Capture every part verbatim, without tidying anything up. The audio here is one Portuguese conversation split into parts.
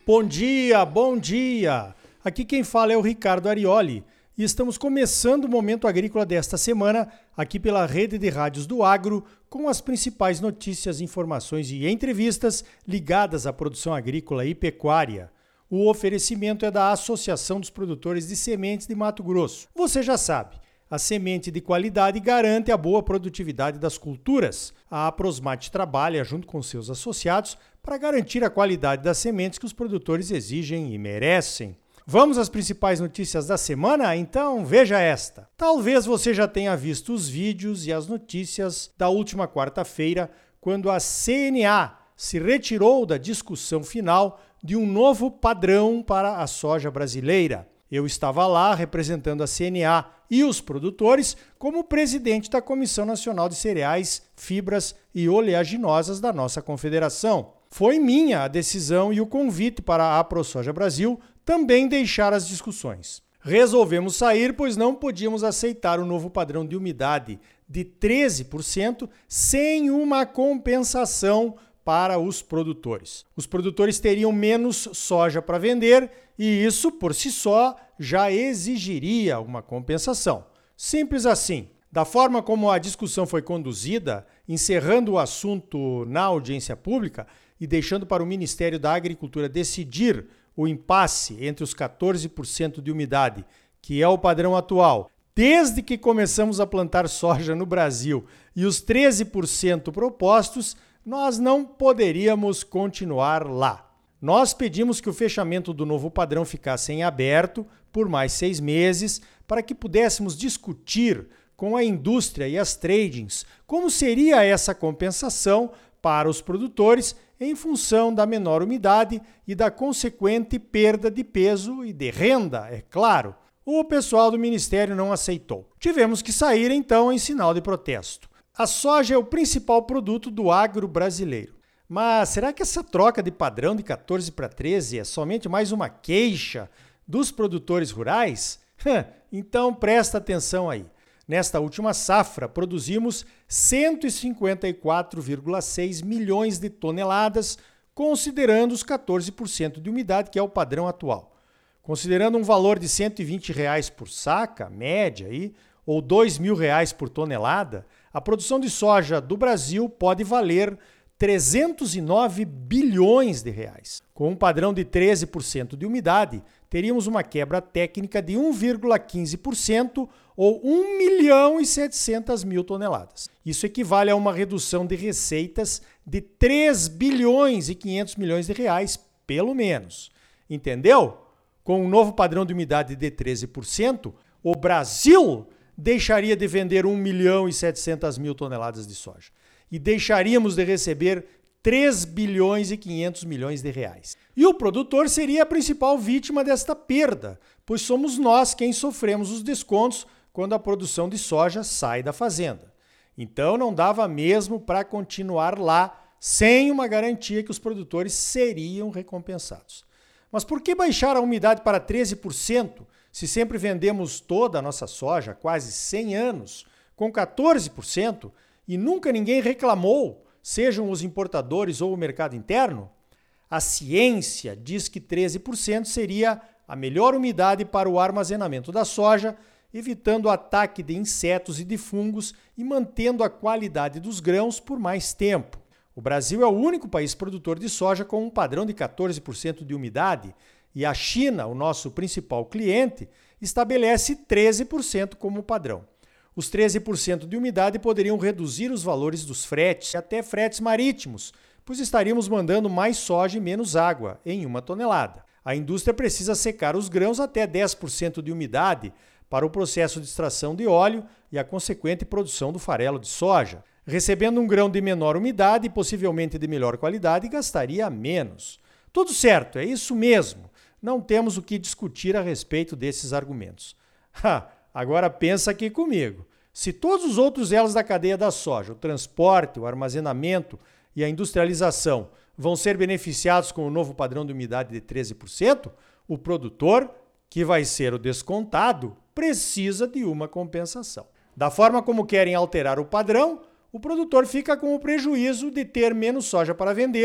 Bom dia, bom dia! Aqui quem fala é o Ricardo Arioli e estamos começando o Momento Agrícola desta semana aqui pela Rede de Rádios do Agro com as principais notícias, informações e entrevistas ligadas à produção agrícola e pecuária. O oferecimento é da Associação dos Produtores de Sementes de Mato Grosso. Você já sabe, a semente de qualidade garante a boa produtividade das culturas. A Aprosmate trabalha junto com seus associados para garantir a qualidade das sementes que os produtores exigem e merecem. Vamos às principais notícias da semana? Então veja esta. Talvez você já tenha visto os vídeos e as notícias da última quarta-feira, quando a C N A se retirou da discussão final de um novo padrão para a soja brasileira. Eu estava lá representando a C N A e os produtores como presidente da Comissão Nacional de Cereais, Fibras e Oleaginosas da nossa confederação. Foi minha a decisão e o convite para a AproSoja Brasil também deixar as discussões. Resolvemos sair, pois não podíamos aceitar o novo padrão de umidade de treze por cento sem uma compensação para os produtores. Os produtores teriam menos soja para vender e isso, por si só, já exigiria uma compensação. Simples assim. Da forma como a discussão foi conduzida, encerrando o assunto na audiência pública e deixando para o Ministério da Agricultura decidir o impasse entre os quatorze por cento de umidade, que é o padrão atual, desde que começamos a plantar soja no Brasil, e os treze por cento propostos, nós não poderíamos continuar lá. Nós pedimos que o fechamento do novo padrão ficasse em aberto por mais seis meses para que pudéssemos discutir com a indústria e as tradings como seria essa compensação para os produtores em função da menor umidade e da consequente perda de peso e de renda, é claro. O pessoal do Ministério não aceitou. Tivemos que sair então em sinal de protesto. A soja é o principal produto do agro brasileiro. Mas será que essa troca de padrão de quatorze para treze é somente mais uma queixa dos produtores rurais? Então presta atenção aí. Nesta última safra, produzimos cento e cinquenta e quatro vírgula seis milhões de toneladas, considerando os quatorze por cento de umidade, que é o padrão atual. Considerando um valor de cento e vinte reais por saca, média, aí, ou dois mil reais por tonelada, a produção de soja do Brasil pode valer trezentos e nove bilhões de reais. Com um padrão de treze por cento de umidade, teríamos uma quebra técnica de um vírgula quinze por cento ou um milhão e setecentas mil toneladas. Isso equivale a uma redução de receitas de três bilhões e quinhentos milhões de reais, pelo menos. Entendeu? Com um novo padrão de umidade de treze por cento, o Brasil deixaria de vender um milhão e setecentas mil toneladas de soja e deixaríamos de receber três bilhões e quinhentos milhões de reais. E o produtor seria a principal vítima desta perda, pois somos nós quem sofremos os descontos quando a produção de soja sai da fazenda. Então não dava mesmo para continuar lá sem uma garantia que os produtores seriam recompensados. Mas por que baixar a umidade para treze por cento se sempre vendemos toda a nossa soja há quase cem anos com quatorze por cento e nunca ninguém reclamou, sejam os importadores ou o mercado interno? A ciência diz que treze por cento seria a melhor umidade para o armazenamento da soja, evitando o ataque de insetos e de fungos e mantendo a qualidade dos grãos por mais tempo. O Brasil é o único país produtor de soja com um padrão de quatorze por cento de umidade e a China, o nosso principal cliente, estabelece treze por cento como padrão. Os treze por cento de umidade poderiam reduzir os valores dos fretes e até fretes marítimos, pois estaríamos mandando mais soja e menos água em uma tonelada. A indústria precisa secar os grãos até dez por cento de umidade para o processo de extração de óleo e a consequente produção do farelo de soja. Recebendo um grão de menor umidade e possivelmente de melhor qualidade, gastaria menos. Tudo certo, é isso mesmo. Não temos o que discutir a respeito desses argumentos. Ha! Agora pensa aqui comigo. Se todos os outros elos da cadeia da soja, o transporte, o armazenamento e a industrialização vão ser beneficiados com o novo padrão de umidade de treze por cento, o produtor, que vai ser o descontado, precisa de uma compensação. Da forma como querem alterar o padrão, o produtor fica com o prejuízo de ter menos soja para vender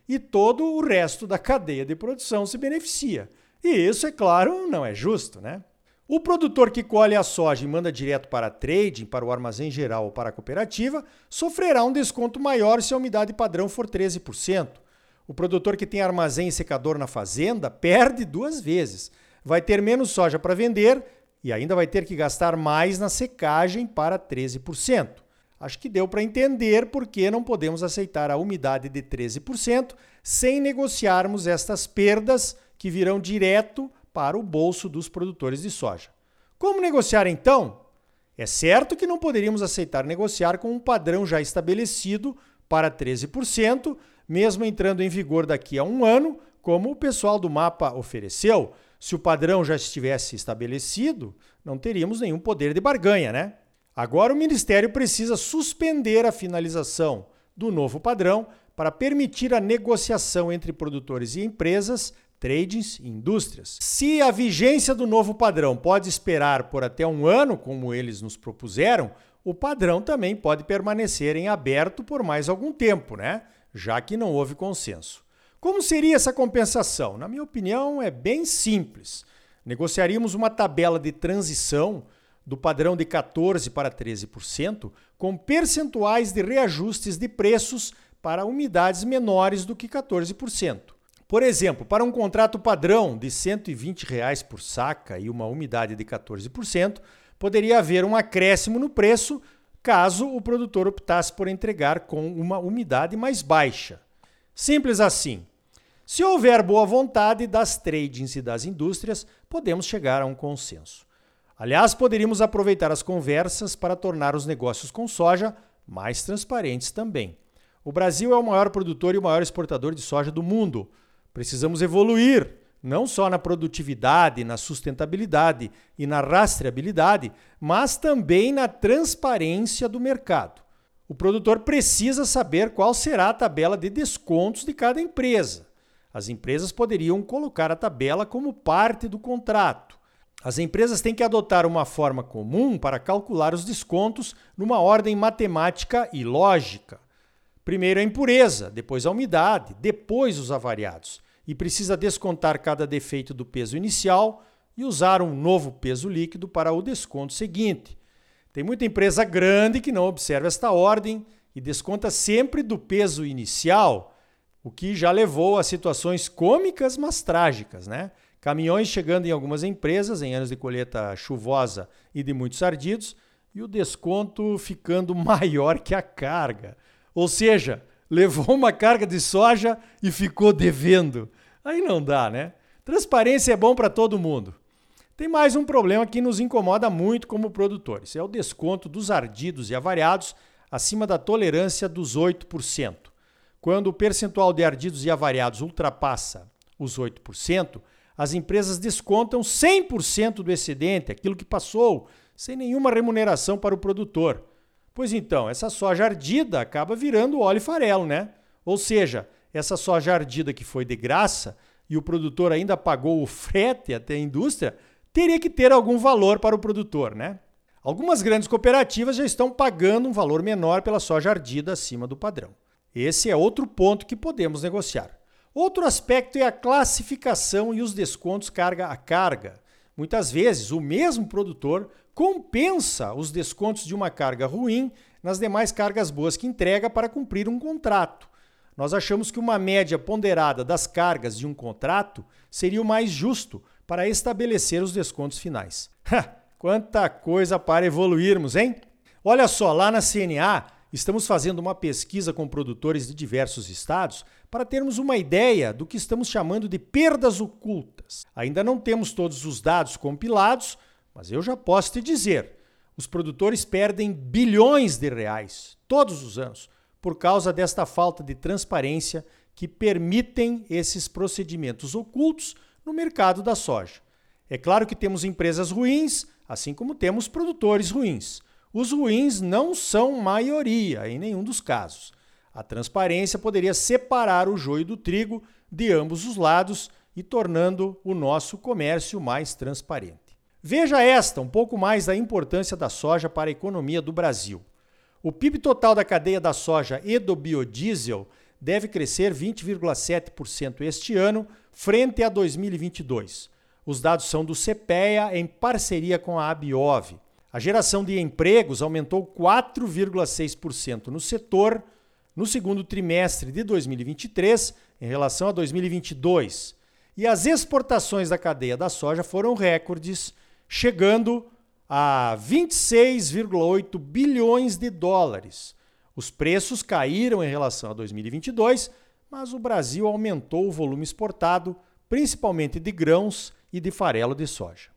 e todo o resto da cadeia de produção se beneficia. E isso, é claro, não é justo, né? O produtor que colhe a soja e manda direto para a trading, para o armazém geral ou para a cooperativa, sofrerá um desconto maior se a umidade padrão for treze por cento. O produtor que tem armazém e secador na fazenda perde duas vezes. Vai ter menos soja para vender e ainda vai ter que gastar mais na secagem para treze por cento. Acho que deu para entender por que não podemos aceitar a umidade de treze por cento sem negociarmos estas perdas que virão direto para o bolso dos produtores de soja. Como negociar então? É certo que não poderíamos aceitar negociar com um padrão já estabelecido para treze por cento, mesmo entrando em vigor daqui a um ano, como o pessoal do mapa ofereceu. Se o padrão já estivesse estabelecido, não teríamos nenhum poder de barganha, né? Agora o Ministério precisa suspender a finalização do novo padrão para permitir a negociação entre produtores e empresas, tradings e indústrias. Se a vigência do novo padrão pode esperar por até um ano, como eles nos propuseram, o padrão também pode permanecer em aberto por mais algum tempo, né? Já que não houve consenso. Como seria essa compensação? Na minha opinião, é bem simples. Negociaríamos uma tabela de transição do padrão de quatorze por cento para treze por cento, com percentuais de reajustes de preços para umidades menores do que quatorze por cento. Por exemplo, para um contrato padrão de cento e vinte reais por saca e uma umidade de quatorze por cento, poderia haver um acréscimo no preço caso o produtor optasse por entregar com uma umidade mais baixa. Simples assim. Se houver boa vontade das tradings e das indústrias, podemos chegar a um consenso. Aliás, poderíamos aproveitar as conversas para tornar os negócios com soja mais transparentes também. O Brasil é o maior produtor e o maior exportador de soja do mundo. Precisamos evoluir, não só na produtividade, na sustentabilidade e na rastreabilidade, mas também na transparência do mercado. O produtor precisa saber qual será a tabela de descontos de cada empresa. As empresas poderiam colocar a tabela como parte do contrato. As empresas têm que adotar uma forma comum para calcular os descontos numa ordem matemática e lógica. Primeiro a impureza, depois a umidade, depois os avariados. E precisa descontar cada defeito do peso inicial e usar um novo peso líquido para o desconto seguinte. Tem muita empresa grande que não observa esta ordem e desconta sempre do peso inicial, o que já levou a situações cômicas, mas trágicas, né? Caminhões chegando em algumas empresas em anos de colheita chuvosa e de muitos ardidos e o desconto ficando maior que a carga. Ou seja, levou uma carga de soja e ficou devendo. Aí não dá, né? Transparência é bom para todo mundo. Tem mais um problema que nos incomoda muito como produtores. É o desconto dos ardidos e avariados acima da tolerância dos oito por cento. Quando o percentual de ardidos e avariados ultrapassa os oito por cento, as empresas descontam cem por cento do excedente, aquilo que passou, sem nenhuma remuneração para o produtor. Pois então, essa soja ardida acaba virando óleo e farelo, né? Ou seja, essa soja ardida que foi de graça e o produtor ainda pagou o frete até a indústria, teria que ter algum valor para o produtor, né? Algumas grandes cooperativas já estão pagando um valor menor pela soja ardida acima do padrão. Esse é outro ponto que podemos negociar. Outro aspecto é a classificação e os descontos carga a carga. Muitas vezes, o mesmo produtor compensa os descontos de uma carga ruim nas demais cargas boas que entrega para cumprir um contrato. Nós achamos que uma média ponderada das cargas de um contrato seria o mais justo para estabelecer os descontos finais. Quanta coisa para evoluirmos, hein? Olha só, lá na C N A, estamos fazendo uma pesquisa com produtores de diversos estados para termos uma ideia do que estamos chamando de perdas ocultas. Ainda não temos todos os dados compilados, mas eu já posso te dizer, os produtores perdem bilhões de reais todos os anos por causa desta falta de transparência que permitem esses procedimentos ocultos no mercado da soja. É claro que temos empresas ruins, assim como temos produtores ruins. Os ruins não são maioria em nenhum dos casos. A transparência poderia separar o joio do trigo de ambos os lados e tornando o nosso comércio mais transparente. Veja esta, um pouco mais da importância da soja para a economia do Brasil. O P I B total da cadeia da soja e do biodiesel deve crescer vinte vírgula sete por cento este ano, frente a dois mil e vinte e dois. Os dados são do CEPEA em parceria com a Abiov. A geração de empregos aumentou quatro vírgula seis por cento no setor no segundo trimestre de dois mil e vinte e três em relação a dois mil e vinte e dois. E as exportações da cadeia da soja foram recordes, chegando a vinte e seis vírgula oito bilhões de dólares. Os preços caíram em relação a dois mil e vinte e dois, mas o Brasil aumentou o volume exportado, principalmente de grãos e de farelo de soja.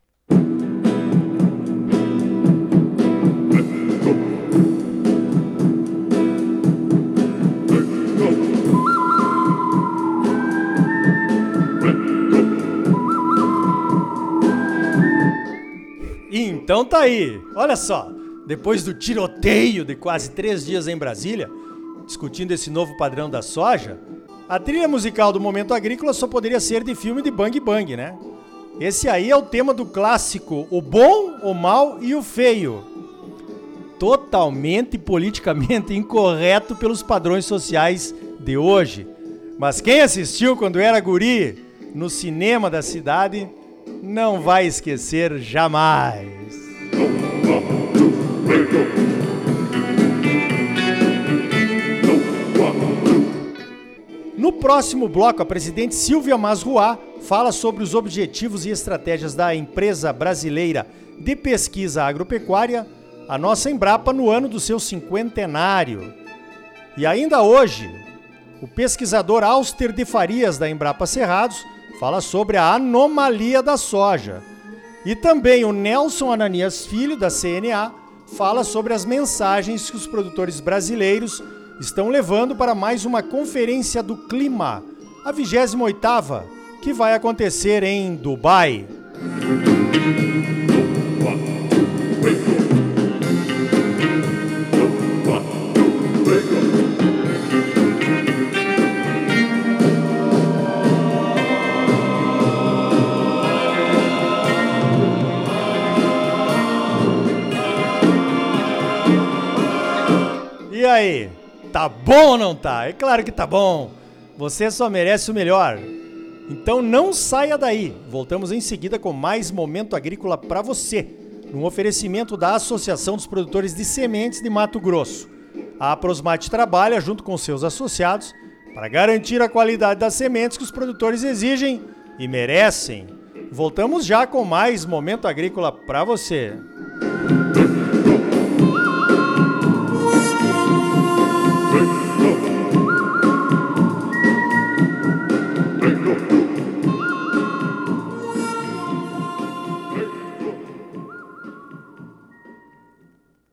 Então tá aí, olha só, depois do tiroteio de quase três dias em Brasília, discutindo esse novo padrão da soja, a trilha musical do Momento Agrícola só poderia ser de filme de Bang Bang, né? Esse aí é o tema do clássico O Bom, o Mal e o Feio. Totalmente politicamente incorreto pelos padrões sociais de hoje. Mas quem assistiu quando era guri no cinema da cidade não vai esquecer jamais. No próximo bloco, a presidente Silvia Masruá fala sobre os objetivos e estratégias da empresa brasileira de pesquisa agropecuária, a nossa Embrapa, no ano do seu cinquentenário. E ainda hoje, o pesquisador Auster de Farias, da Embrapa Cerrados, fala sobre a anomalia da soja. E também o Nelson Ananias Filho, da C N A, fala sobre as mensagens que os produtores brasileiros estão levando para mais uma Conferência do Clima, a vigésima oitava, que vai acontecer em Dubai. E aí, tá bom ou não tá? É claro que tá bom. Você só merece o melhor. Então não saia daí. Voltamos em seguida com mais Momento Agrícola para você, num oferecimento da Associação dos Produtores de Sementes de Mato Grosso. A Aprosmate trabalha junto com seus associados para garantir a qualidade das sementes que os produtores exigem e merecem. Voltamos já com mais Momento Agrícola para você.